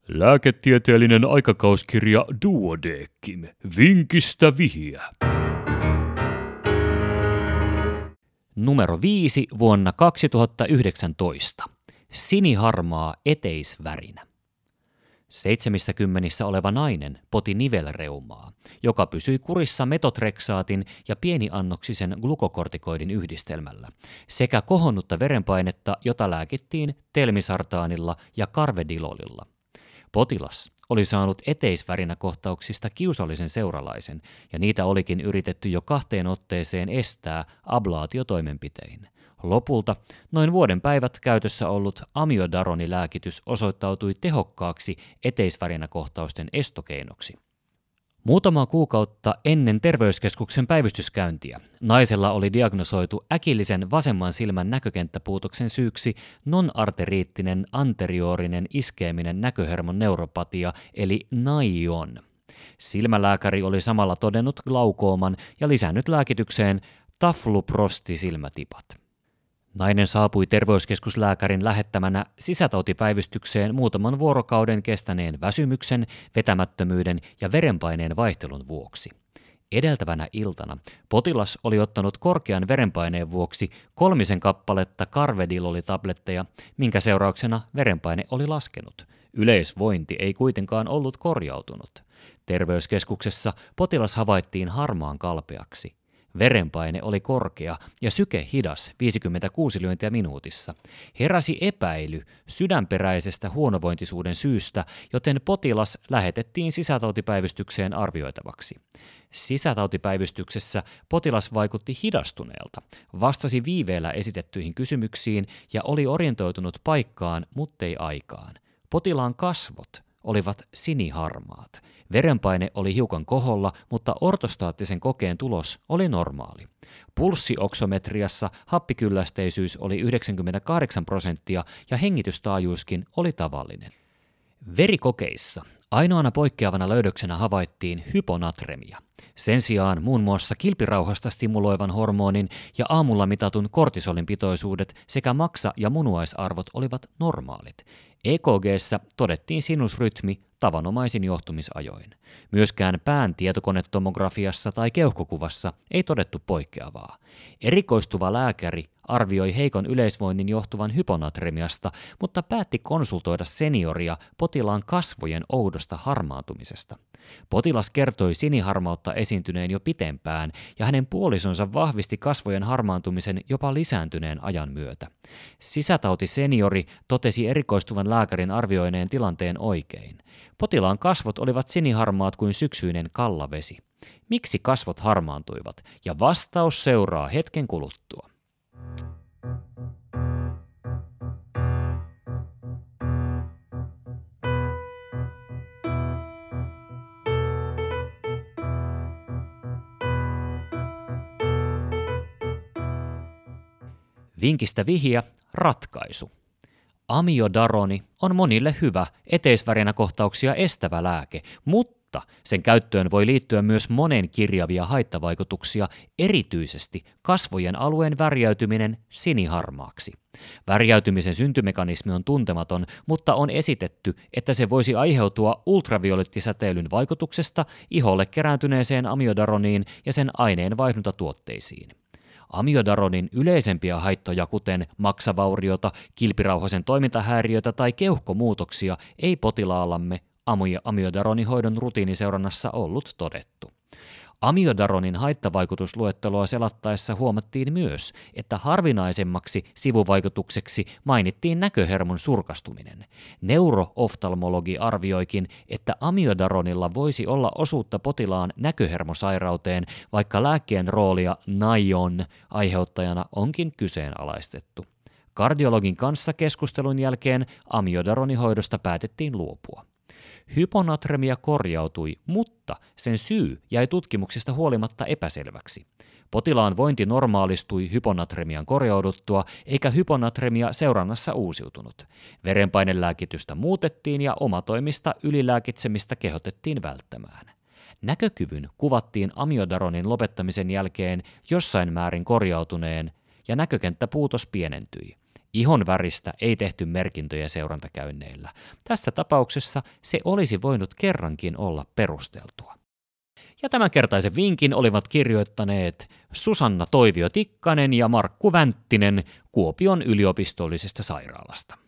Lääketieteellinen aikakauskirja Duodeckim. Vinkistä vihiä. Numero 5 vuonna 2019. Siniharmaa eteisvärinä. 70 oleva nainen poti nivelreumaa, joka pysyi kurissa metotreksaatin ja pieniannoksisen glukokortikoidin yhdistelmällä, sekä kohonnutta verenpainetta, jota lääkittiin telmisartaanilla ja karvedilolilla. Potilas oli saanut eteisvärinäkohtauksista kiusallisen seuralaisen, ja niitä olikin yritetty jo 2 otteeseen estää ablaatiotoimenpitein. Lopulta noin vuoden päivät käytössä ollut amiodaronilääkitys osoittautui tehokkaaksi eteisvärinäkohtausten estokeinoksi. Muutamaa kuukautta ennen terveyskeskuksen päivystyskäyntiä naisella oli diagnosoitu äkillisen vasemman silmän näkökenttäpuutoksen syyksi non-arteriittinen anterioorinen iskeeminen näköhermon neuropatia eli NAION. Silmälääkäri oli samalla todennut glaukooman ja lisännyt lääkitykseen tafluprostisilmätipat. Nainen saapui terveyskeskuslääkärin lähettämänä sisätautipäivystykseen muutaman vuorokauden kestäneen väsymyksen, vetämättömyyden ja verenpaineen vaihtelun vuoksi. Edeltävänä iltana potilas oli ottanut korkean verenpaineen vuoksi 3 kappaletta karvedilolitabletteja, minkä seurauksena verenpaine oli laskenut. Yleisvointi ei kuitenkaan ollut korjautunut. Terveyskeskuksessa potilas havaittiin harmaan kalpeaksi. Verenpaine oli korkea ja syke hidas 56 lyöntiä minuutissa. Heräsi epäily sydänperäisestä huonovointisuuden syystä, joten potilas lähetettiin sisätautipäivystykseen arvioitavaksi. Sisätautipäivystyksessä potilas vaikutti hidastuneelta, vastasi viiveellä esitettyihin kysymyksiin ja oli orientoitunut paikkaan, muttei aikaan. Potilaan kasvot olivat siniharmaat. Verenpaine oli hiukan koholla, mutta ortostaattisen kokeen tulos oli normaali. Pulssioksometriassa happikyllästeisyys oli 98% ja hengitystaajuuskin oli tavallinen. Verikokeissa ainoana poikkeavana löydöksenä havaittiin hyponatremia. Sen sijaan muun muassa kilpirauhasta stimuloivan hormonin ja aamulla mitatun kortisolin pitoisuudet sekä maksa- ja munuaisarvot olivat normaalit. EKG:ssä todettiin sinusrytmi tavanomaisin johtumisajoin. Myöskään pään tietokonetomografiassa tai keuhkokuvassa ei todettu poikkeavaa. Erikoistuva lääkäri arvioi heikon yleisvoinnin johtuvan hyponatremiasta, mutta päätti konsultoida senioria potilaan kasvojen oudosta harmaantumisesta. Potilas kertoi siniharmautta esiintyneen jo pitempään, ja hänen puolisonsa vahvisti kasvojen harmaantumisen jopa lisääntyneen ajan myötä. Sisätautiseniori totesi erikoistuvan lääkärin arvioineen tilanteen oikein. Potilaan kasvot olivat siniharmaat kuin syksyinen kallavesi. Miksi kasvot harmaantuivat? Ja vastaus seuraa hetken kuluttua. Vinkistä vihiä, ratkaisu. Amiodaroni on monille hyvä eteisvärinäkohtauksia estävä lääke, mutta sen käyttöön voi liittyä myös monenkirjavia haittavaikutuksia, erityisesti kasvojen alueen värjäytyminen siniharmaaksi. Värjäytymisen syntymekanismi on tuntematon, mutta on esitetty, että se voisi aiheutua ultraviolettisäteilyn vaikutuksesta iholle kerääntyneeseen amiodaroniin ja sen aineenvaihduntatuotteisiin. Amiodaronin yleisempiä haittoja, kuten maksavauriota, kilpirauhasen toimintahäiriötä tai keuhkomuutoksia, ei potilaallamme amiodaronihoidon rutiiniseurannassa ollut todettu. Amiodaronin haittavaikutusluetteloa selattaessa huomattiin myös, että harvinaisemmaksi sivuvaikutukseksi mainittiin näköhermon surkastuminen. Neurooftalmologi arvioikin, että amiodaronilla voisi olla osuutta potilaan näköhermosairauteen, vaikka lääkkeen roolia NAION aiheuttajana onkin kyseenalaistettu. Kardiologin kanssa keskustelun jälkeen amiodaronihoidosta päätettiin luopua. Hyponatremia korjautui, mutta sen syy jäi tutkimuksista huolimatta epäselväksi. Potilaan vointi normaalistui hyponatremian korjauduttua, eikä hyponatremia seurannassa uusiutunut. Verenpainelääkitystä muutettiin ja omatoimista ylilääkitsemistä kehotettiin välttämään. Näkökyvyn kuvattiin amiodaronin lopettamisen jälkeen jossain määrin korjautuneen ja näkökenttäpuutos pienentyi. Ihon väristä ei tehty merkintöjä seurantakäynneillä. Tässä tapauksessa se olisi voinut kerrankin olla perusteltua. Ja tämänkertaisen vinkin olivat kirjoittaneet Susanna Toivio-Tikkanen ja Markku Vänttinen Kuopion yliopistollisesta sairaalasta.